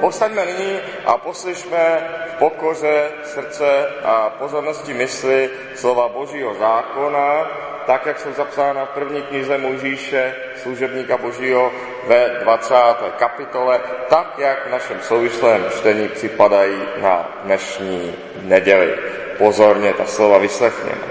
Postaňme nyní a poslyšme v pokoře srdce a pozornosti mysli slova Božího zákona, tak, jak jsou zapsána v první knize Mojžíše, služebníka Božího, ve 20. kapitole, tak, jak v našem souvislém čtení připadají na dnešní neděli. Pozorně ta slova vyslechněme.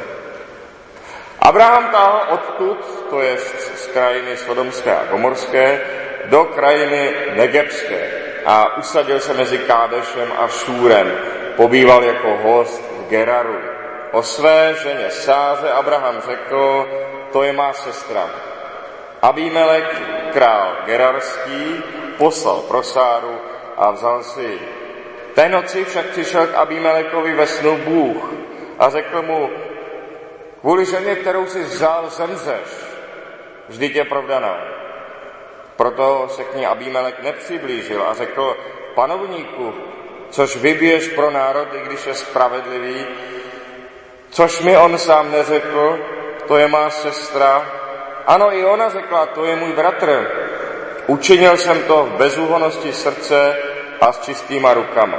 Abraham táhl odtud, to je z krajiny Sodomské a Gomorské, do krajiny Negebské a usadil se mezi Kádešem a Šúrem. Pobýval jako host v Geraru. O své ženě Sáře Abraham řekl, to je má sestra. Abimelek, král Gerarský, poslal pro Sáru a vzal si ji. Té noci však přišel k Abimelekovi ve snu Bůh a řekl mu, kvůli ženě, kterou si vzal, zemřeš, vždyť je provdaná. Proto se k ní Abimelek nepřiblížil a řekl, panovníku, což vybiješ pro národ, i když je spravedlivý, což mi on sám neřekl, to je má sestra. Ano, i ona řekla, to je můj bratr. Učinil jsem to v bezúhonnosti srdce a s čistýma rukama.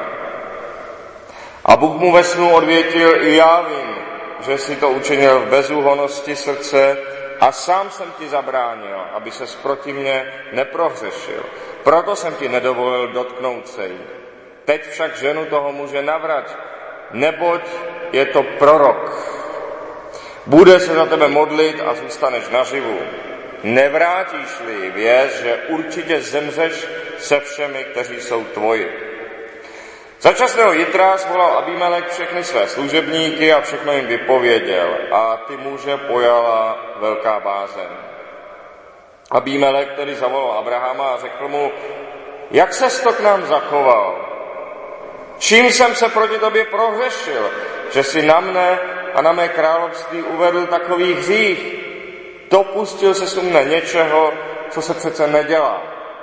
A Bůh mu ve snu odvětil, i já vím, že si to učinil v bezúhonnosti srdce a sám jsem ti zabránil, aby ses proti mně neprohřešil. Proto jsem ti nedovolil dotknout se jí. Teď však ženu toho muže navrať, neboť je to prorok. Bude se za tebe modlit a zůstaneš naživu. Nevrátíš-li, věř, že určitě zemřeš se všemi, kteří jsou tvoji. Za časného jitra svolal Abimelek všechny své služebníky a všechno jim vypověděl a ty muže pojala velká bázeň. Abimelek tedy zavolal Abrahama a řekl mu, jak ses to k nám zachoval? Čím jsem se proti tobě prohřešil, že si na mne a na mé království uvedl takový hřích? Dopustil se mne něčeho, co se přece nedělá.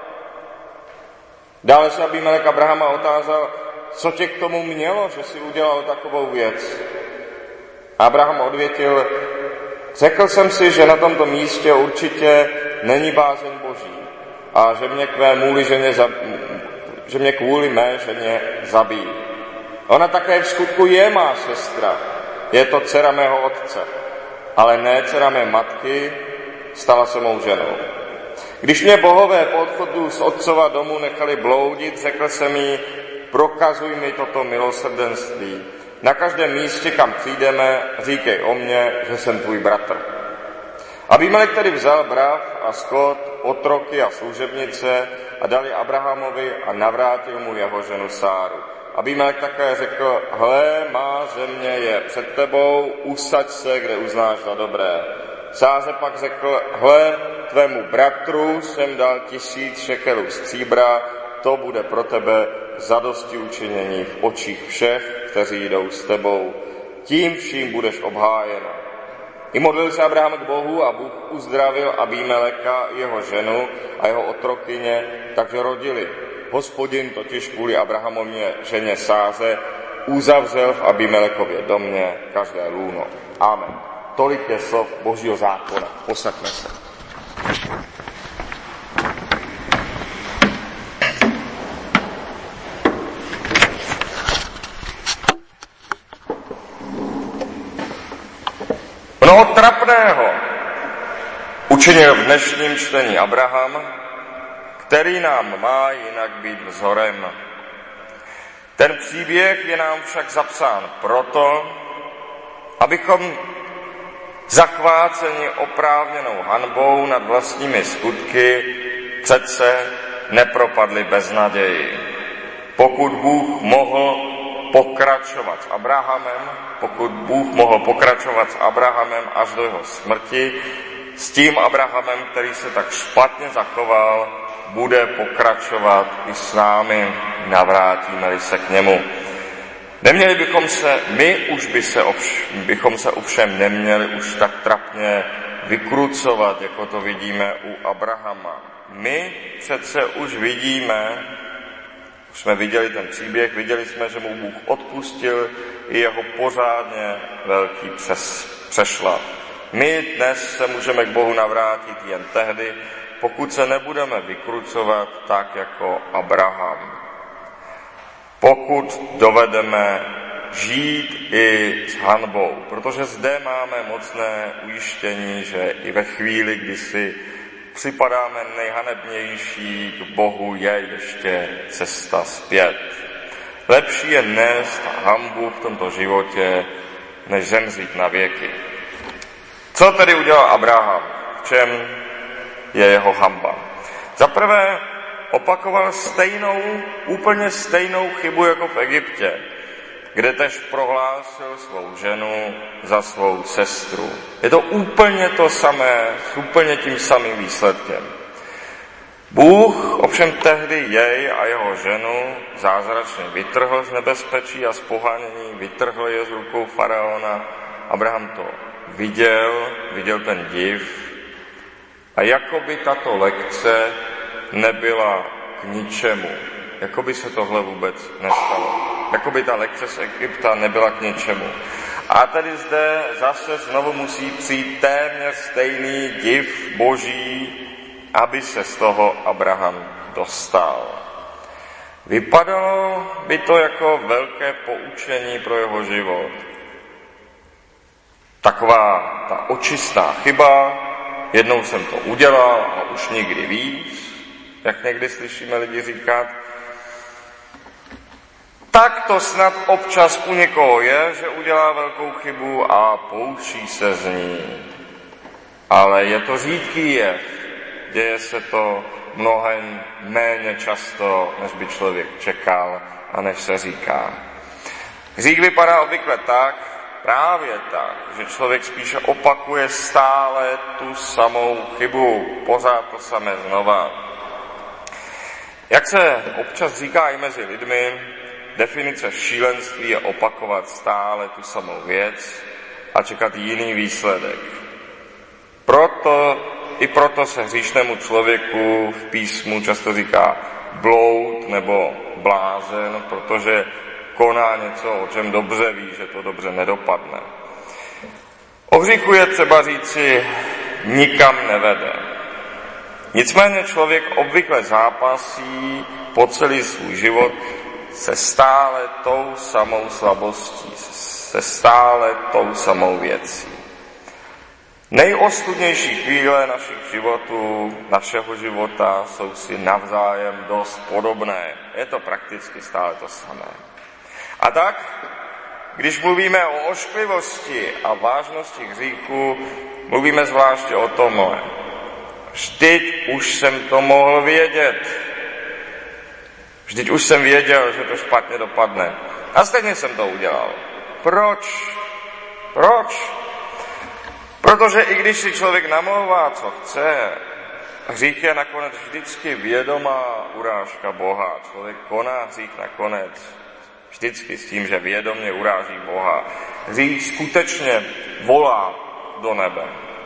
Dále se Abimelek Abrahama otázal, co tě k tomu mělo, že si udělal takovou věc? Abraham odvětil, řekl jsem si, že na tomto místě určitě není bázeň Boží a že mě kvůli mé ženě zabíjí. Ona také v skutku je má sestra, je to dcera mého otce, ale ne dcera mé matky, stala se mou ženou. Když mě bohové po odchodu z otcova domu nechali bloudit, řekl jsem jí, prokazuj mi toto milosrdenství. Na každém místě, kam přijdeme, říkej o mně, že jsem tvůj bratr. Abimelek tedy vzal brav a skot, otroky a služebnice a dali Abrahamovi a navrátil mu jeho ženu Sáru. Abimelek také řekl, hle, má země je před tebou, usaď se, kde uznáš za dobré. Sáře pak řekl, hle, tvému bratru jsem dal 1000 šekelů stříbra, to bude pro tebe zadosti učinění v očích všech, kteří jdou s tebou. Tím vším budeš obhájena. I modlil se Abraham k Bohu a Bůh uzdravil Abimeleka, jeho ženu a jeho otrokyně, takže rodili. Hospodin totiž kvůli Abrahamově ženě Sáře uzavřel v Abimelekově domě každé lůno. Amen. Tolik je slov Božího zákona. Posaďme se. Mnoho trapného učinil v dnešním čtení Abraham, který nám má jinak být vzorem. Ten příběh je nám však zapsán proto, abychom zachváceni oprávněnou hanbou nad vlastními skutky přece nepropadli beznaději. Pokud Bůh mohl pokračovat s Abrahamem až do jeho smrti, s tím Abrahamem, který se tak špatně zachoval, bude pokračovat i s námi, navrátíme-li se k němu. Neměli bychom se ovšem neměli už tak trapně vykrucovat, jako to vidíme u Abrahama. My přece už jsme viděli ten příběh, viděli jsme, že mu Bůh odpustil i jeho pořádně velký přešlap. My dnes se můžeme k Bohu navrátit jen tehdy, pokud se nebudeme vykrucovat tak jako Abraham. pokud dovedeme žít i s hanbou. Protože zde máme mocné ujištění, že i ve chvíli, kdy si připadáme nejhanebnější, k Bohu je ještě cesta zpět. Lepší je nést hanbu v tomto životě, než zemřít na věky. Co tedy udělal Abraham? V čem je jeho hanba? Za prvé opakoval úplně stejnou chybu jako v Egyptě, kde tež prohlásil svou ženu za svou sestru. Je to úplně to samé, s úplně tím samým výsledkem. Bůh ovšem tehdy jej a jeho ženu zázračně vytrhl z nebezpečí a z pohánění, vytrhl je z rukou faraona. Abraham to viděl ten div a jako by tato lekce nebyla k ničemu, jako by se tohle vůbec nestalo, jako by ta lekce z Egypta nebyla k ničemu. A tady zde zase znovu musí přijít téměř stejný div boží, aby se z toho Abraham dostal. Vypadalo by to jako velké poučení pro jeho život. Taková ta očistá chyba, jednou jsem to udělal a už nikdy víc, jak někdy slyšíme lidi říkat. Tak to snad občas u někoho je, že udělá velkou chybu a poučí se z ní. Ale je to řídký jev. Děje se to mnohem méně často, než by člověk čekal a než se říká. Hřích vypadá obvykle právě tak, že člověk spíše opakuje stále tu samou chybu, pořád to samé znova. Jak se občas říká i mezi lidmi, definice šílenství je opakovat stále tu samou věc a čekat jiný výsledek. Proto se hříšnému člověku v písmu často říká bloud nebo blázen, protože koná něco, o čem dobře ví, že to dobře nedopadne. O hříchu je třeba říci, nikam nevede. Nicméně člověk obvykle zápasí po celý svůj život se stále tou samou slabostí, se stále tou samou věcí. Nejostudnější chvíle našeho života jsou si navzájem dost podobné. Je to prakticky stále to samé. A tak, když mluvíme o ošklivosti a vážnosti hříchu, mluvíme zvláště o tomhle. Vždyť už jsem to mohl vědět. Vždyť už jsem věděl, že to špatně dopadne. A stejně jsem to udělal. Proč? Protože i když si člověk namlouvá, co chce, hřích je nakonec vždycky vědomá urážka Boha. Člověk koná hřích nakonec vždycky s tím, že vědomě uráží Boha. Hřích skutečně volá do nebe.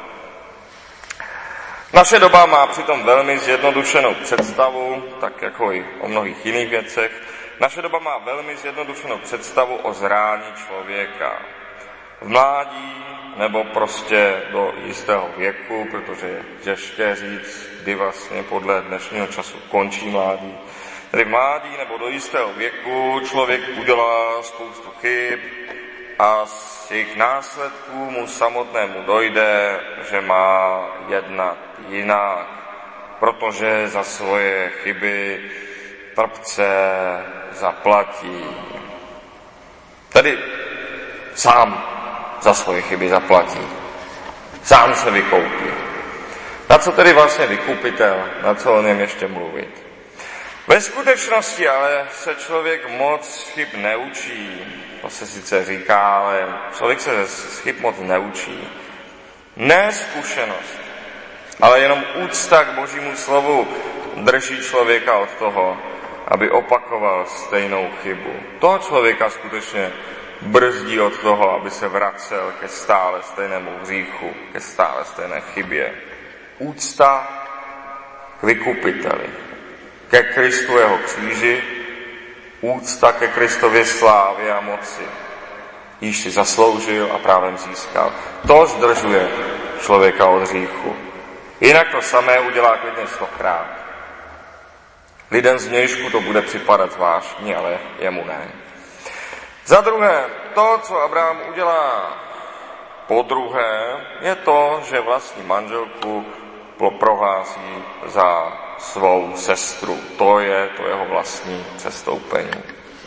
Naše doba má přitom velmi zjednodušenou představu, tak jako i o mnohých jiných věcech, naše doba má velmi zjednodušenou představu o zrání člověka. V mládí nebo prostě do jistého věku, protože je těžké říct, kdy vlastně podle dnešního času končí mládí. Tedy v mládí nebo do jistého věku člověk udělá spoustu chyb a z jejich následků mu samotnému dojde, že má jednat jinak, protože za svoje chyby trpce zaplatí. Tedy sám za svoje chyby zaplatí. Sám se vykoupí. Na co tedy vlastně vykupitel? Na co o něm ještě mluvit? Ve skutečnosti ale se člověk moc chyb neučí. To se sice říká, ale člověk se z chyb moc neučí. Ne zkušenost, ale jenom úcta k Božímu slovu drží člověka od toho, aby opakoval stejnou chybu. Toho člověka skutečně brzdí od toho, aby se vracel ke stále stejnému hříchu, ke stále stejné chybě. Úcta k vykupiteli, ke Kristu jeho kříži, úcta ke Kristově slávě a moci, již si zasloužil a právem získal. To zdržuje člověka od hříchu. Jinak to samé udělá klidně 100krát. Lidem zvnějšku to bude připadat zvláštní, ale jemu ne. Za druhé, to, co Abraham udělá po druhé, je to, že vlastní manželku prohlásí za svou sestru. To je to jeho vlastní přestoupení.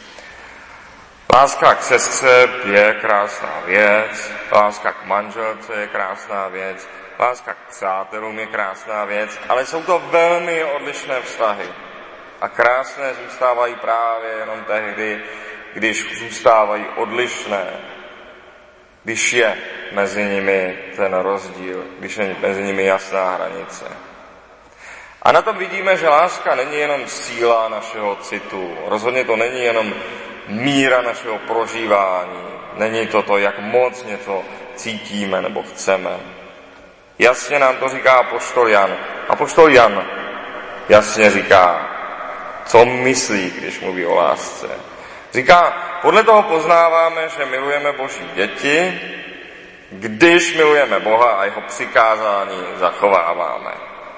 Láska k sestře je krásná věc, láska k manželce je krásná věc, láska k přátelům je krásná věc, ale jsou to velmi odlišné vztahy. A krásné zůstávají právě jenom tehdy, když zůstávají odlišné, když je mezi nimi ten rozdíl, když je mezi nimi jasná hranice. A na tom vidíme, že láska není jenom síla našeho citu, rozhodně to není jenom míra našeho prožívání, není to, jak moc něco cítíme nebo chceme. Jasně nám to říká apoštol Jan. Apoštol Jan jasně říká, co myslí, když mluví o lásce. Říká, podle toho poznáváme, že milujeme Boží děti, když milujeme Boha a jeho přikázání zachováváme.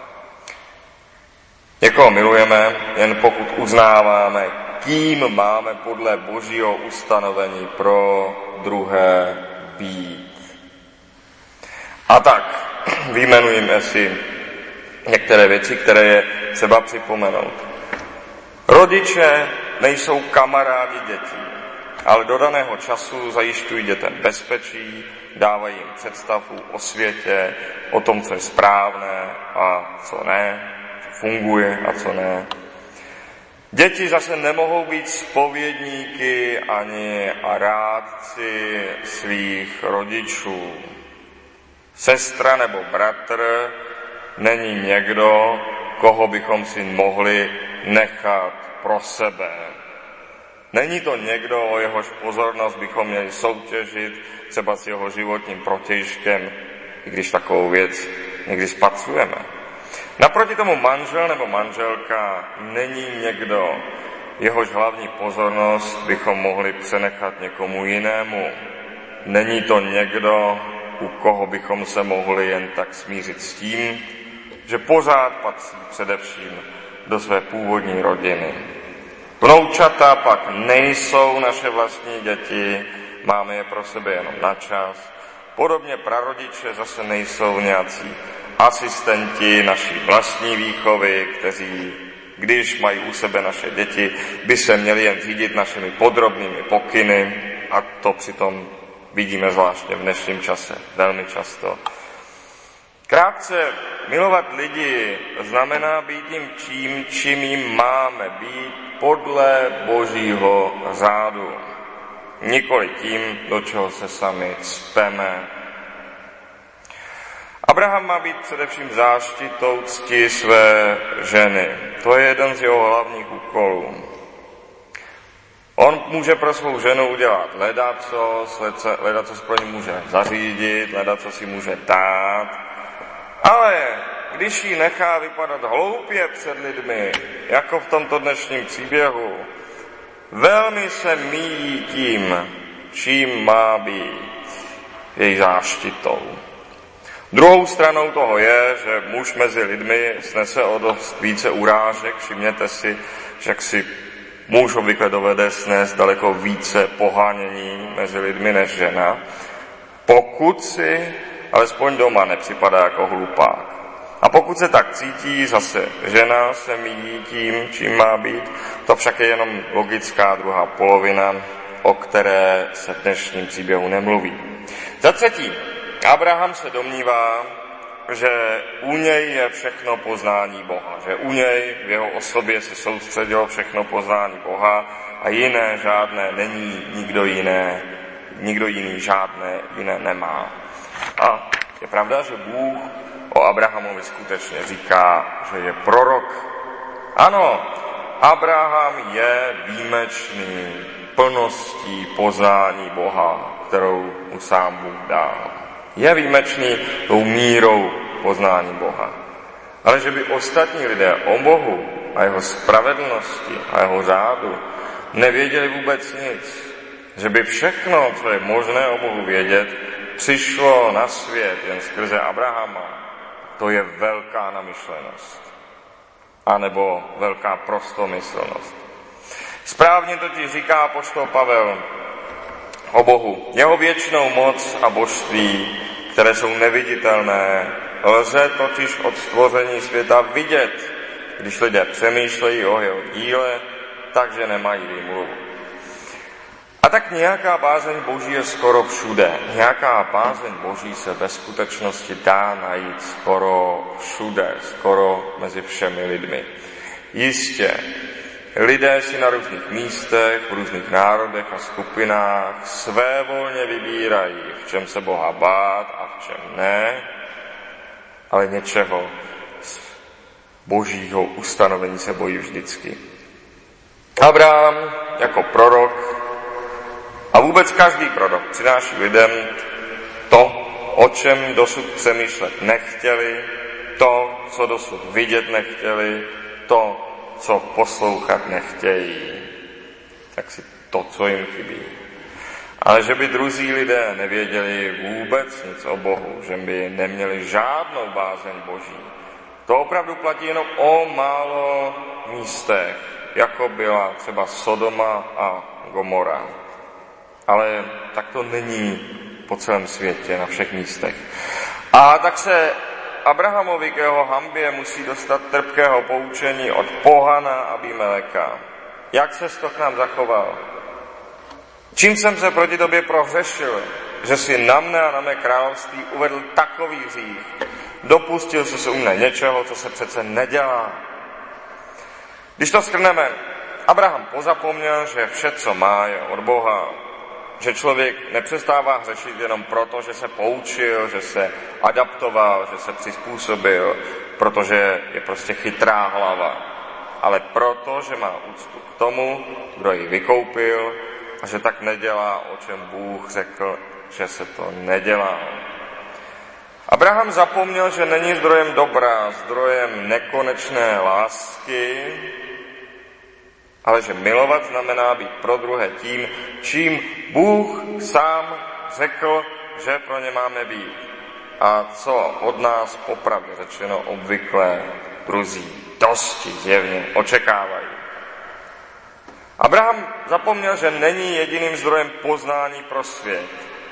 Někoho milujeme, jen pokud uznáváme, kým máme podle Božího ustanovení pro druhé být. A tak vyjmenujeme si některé věci, které je třeba připomenout. Rodiče nejsou kamarádi dětí, ale do daného času zajišťují dětem bezpečí, dávají jim představu o světě, o tom, co je správné a co ne, co funguje a co ne. Děti zase nemohou být zpovědníky ani rádci svých rodičů. Sestra nebo bratr není někdo, koho bychom si mohli nechat pro sebe. Není to někdo, o jehož pozornost bychom měli soutěžit třeba s jeho životním protějškem, i když takovou věc někdy spatřujeme. Naproti tomu manžel nebo manželka není někdo, jehož hlavní pozornost bychom mohli přenechat někomu jinému. Není to někdo, u koho bychom se mohli jen tak smířit s tím, že pořád patří především do své původní rodiny. Vnoučata pak nejsou naše vlastní děti, máme je pro sebe jenom na čas. Podobně prarodiče zase nejsou nějací asistenti naší vlastní výchovy, kteří, když mají u sebe naše děti, by se měli jen řídit našimi podrobnými pokyny, a to přitom vidíme zvláště v dnešním čase velmi často. Krátce, milovat lidi znamená být jim čím jim máme být podle Božího řádu. Nikoli tím, do čeho se sami cpeme. Abraham má být především záštitou cti své ženy. To je jeden z jeho hlavních úkolů. On může pro svou ženu udělat ledacos pro ní může zařídit, ledacos si může dát, ale když ji nechá vypadat hloupě před lidmi, jako v tomto dnešním příběhu, velmi se míjí tím, čím má být její záštitou. Druhou stranou toho je, že muž mezi lidmi snese o dost více urážek. Všimněte si, že jak si muž obvykle dovede snést daleko více pohánění mezi lidmi než žena, pokud si alespoň doma nepřipadá jako hlupák. A pokud se tak cítí, zase žena se míjí tím, čím má být, to však je jenom logická druhá polovina, o které se v dnešním příběhu nemluví. Za třetí, Abraham se domnívá, že u něj je všechno poznání Boha, že u něj v jeho osobě se soustředilo všechno poznání Boha a jiné žádné není, nikdo jiný žádné jiné nemá. A je pravda, že Bůh o Abrahamovi skutečně říká, že je prorok. Ano, Abraham je výjimečný plností poznání Boha, kterou mu sám Bůh dal. Je výjimečný tou mírou poznání Boha. Ale že by ostatní lidé o Bohu a jeho spravedlnosti a jeho řádu nevěděli vůbec nic, že by všechno, co je možné o Bohu vědět, přišlo na svět jen skrze Abrahama, to je velká namyšlenost. anebo velká prostomyslnost. Správně totiž říká apoštol Pavel o Bohu. Jeho věčnou moc a božství, které jsou neviditelné, lze totiž od stvoření světa vidět, když lidé přemýšlejí o jeho díle, takže nemají výmluvu. A tak nějaká bázeň Boží je skoro všude. Nějaká bázeň Boží se ve skutečnosti dá najít skoro všude, skoro mezi všemi lidmi. Jistě, lidé si na různých místech, v různých národech a skupinách svévolně vybírají, v čem se Boha bát a v čem ne, ale něčeho z Božího ustanovení se bojí vždycky. Abraham jako prorok a vůbec každý prorok přináší lidem to, o čem dosud přemýšlet nechtěli, to, co dosud vidět nechtěli, to, co poslouchat nechtějí. Tak si to, co jim chybí. Ale že by druzí lidé nevěděli vůbec nic o Bohu, že by neměli žádnou bázeň Boží, to opravdu platí jenom o málo místech, jako byla třeba Sodoma a Gomora. Ale tak to není po celém světě, na všech místech. A tak se Abrahamovi k jeho hanbě musí dostat trpkého poučení od pohana Abimeleka. Jak ses to k nám zachoval? Čím jsem se proti tobě prohřešil, že si na mne a na mé království uvedl takový hřích? Dopustil jsi se u mne něčeho, co se přece nedělá. Když to shrneme, Abraham pozapomněl, že vše, co má, je od Boha. Že člověk nepřestává hřešit jenom proto, že se poučil, že se adaptoval, že se přizpůsobil, protože je prostě chytrá hlava. Ale proto, že má úctu k tomu, kdo ji vykoupil a že tak nedělá, o čem Bůh řekl, že se to nedělá. Abraham zapomněl, že není zdrojem dobra, zdrojem nekonečné lásky, ale že milovat znamená být pro druhé tím, čím Bůh sám řekl, že pro ně máme být. A co od nás popravdě řečeno obvykle druzí dosti zjevně očekávají. Abraham zapomněl, že není jediným zdrojem poznání pro svět.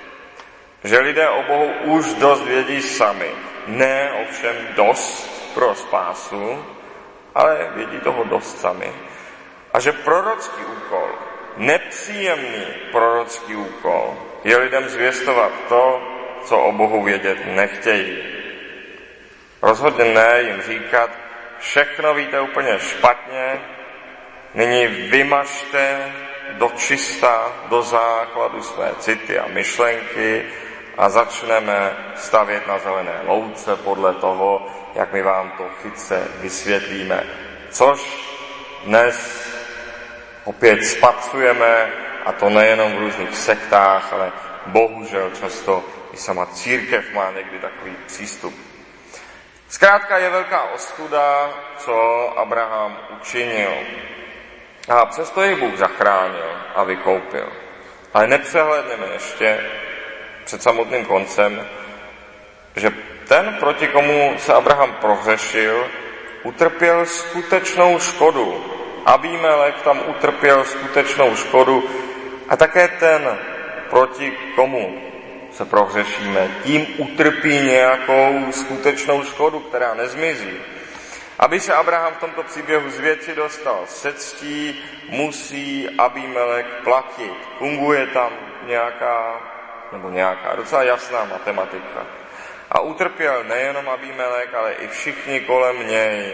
Že lidé o Bohu už dost vědí sami. Ne ovšem dost pro spásu, ale vědí toho dost sami. A že prorocký úkol, nepříjemný prorocký úkol, je lidem zvěstovat to, co o Bohu vědět nechtějí. Rozhodně ne jim říkat, všechno víte úplně špatně, nyní vymažte do čista, do základu své city a myšlenky a začneme stavět na zelené louce podle toho, jak my vám to chytře vysvětlíme. Což dnes opět spatřujeme, a to nejenom v různých sektách, ale bohužel často i sama církev má někdy takový přístup. Zkrátka je velká ostuda, co Abraham učinil. A přesto jej Bůh zachránil a vykoupil. Ale nepřehlédneme ještě před samotným koncem, že ten, proti komu se Abraham prohřešil, utrpěl skutečnou škodu. Abimelek tam utrpěl skutečnou škodu a také ten, proti komu se prohřešíme, tím utrpí nějakou skutečnou škodu, která nezmizí. Aby se Abraham v tomto příběhu z věci dostal se ctí, musí Abimelek platit. Funguje tam nějaká docela jasná matematika. A utrpěl nejenom Abimelek, ale i všichni kolem něj.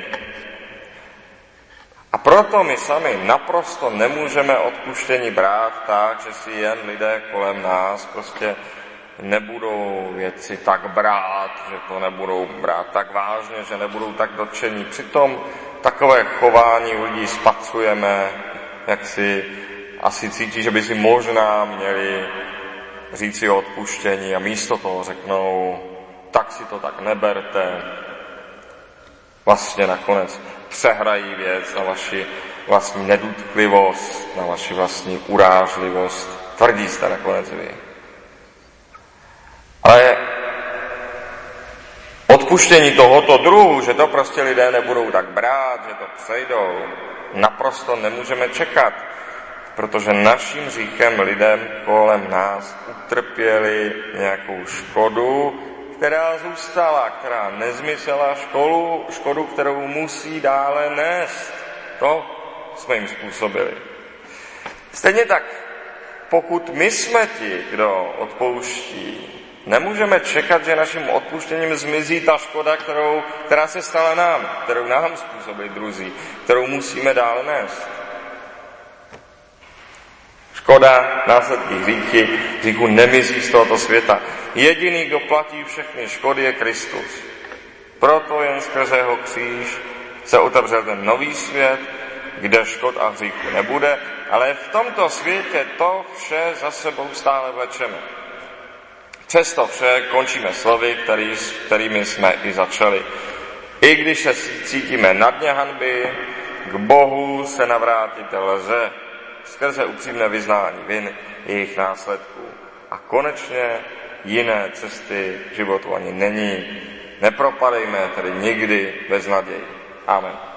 A proto my sami naprosto nemůžeme odpuštění brát tak, že si jen lidé kolem nás prostě nebudou věci tak brát, že to nebudou brát tak vážně, že nebudou tak dotčení. Přitom takové chování lidí spatřujeme, jak si asi cítí, že by si možná měli říci o odpuštění a místo toho řeknou, tak si to tak neberte. Vlastně nakonec přehrají věc na vaši vlastní nedotklivost, na vaši vlastní urážlivost. Tvrdí jste nakonec vy. Ale od odpuštění tohoto druhu, že to prostě lidé nebudou tak brát, že to přejdou, naprosto nemůžeme čekat, protože naším hříchem lidem kolem nás utrpěli nějakou škodu, která zůstala, která nezmyslela, škodu, kterou musí dále nést. To jsme jim způsobili. Stejně tak, pokud my jsme ti, kdo odpouští, nemůžeme čekat, že naším odpuštěním zmizí ta škoda, která se stala nám, kterou nám způsobili druzí, kterou musíme dále nést. Škoda, následky hříchu nemizí z tohoto světa. Jediný, kdo platí všechny škody, je Kristus. Proto jen skrze jeho kříž se otevřel ten nový svět, kde škod a hříchu nebude, ale v tomto světě to vše za sebou stále vlečeme. Přesto vše končíme slovy, kterými jsme i začali. I když se cítíme na dně hanby, k Bohu se navrátit lze skrze upřímné vyznání vin jejich následků. A konečně jiné cesty k životu ani není. Nepropadejme tedy nikdy bez naději. Amen.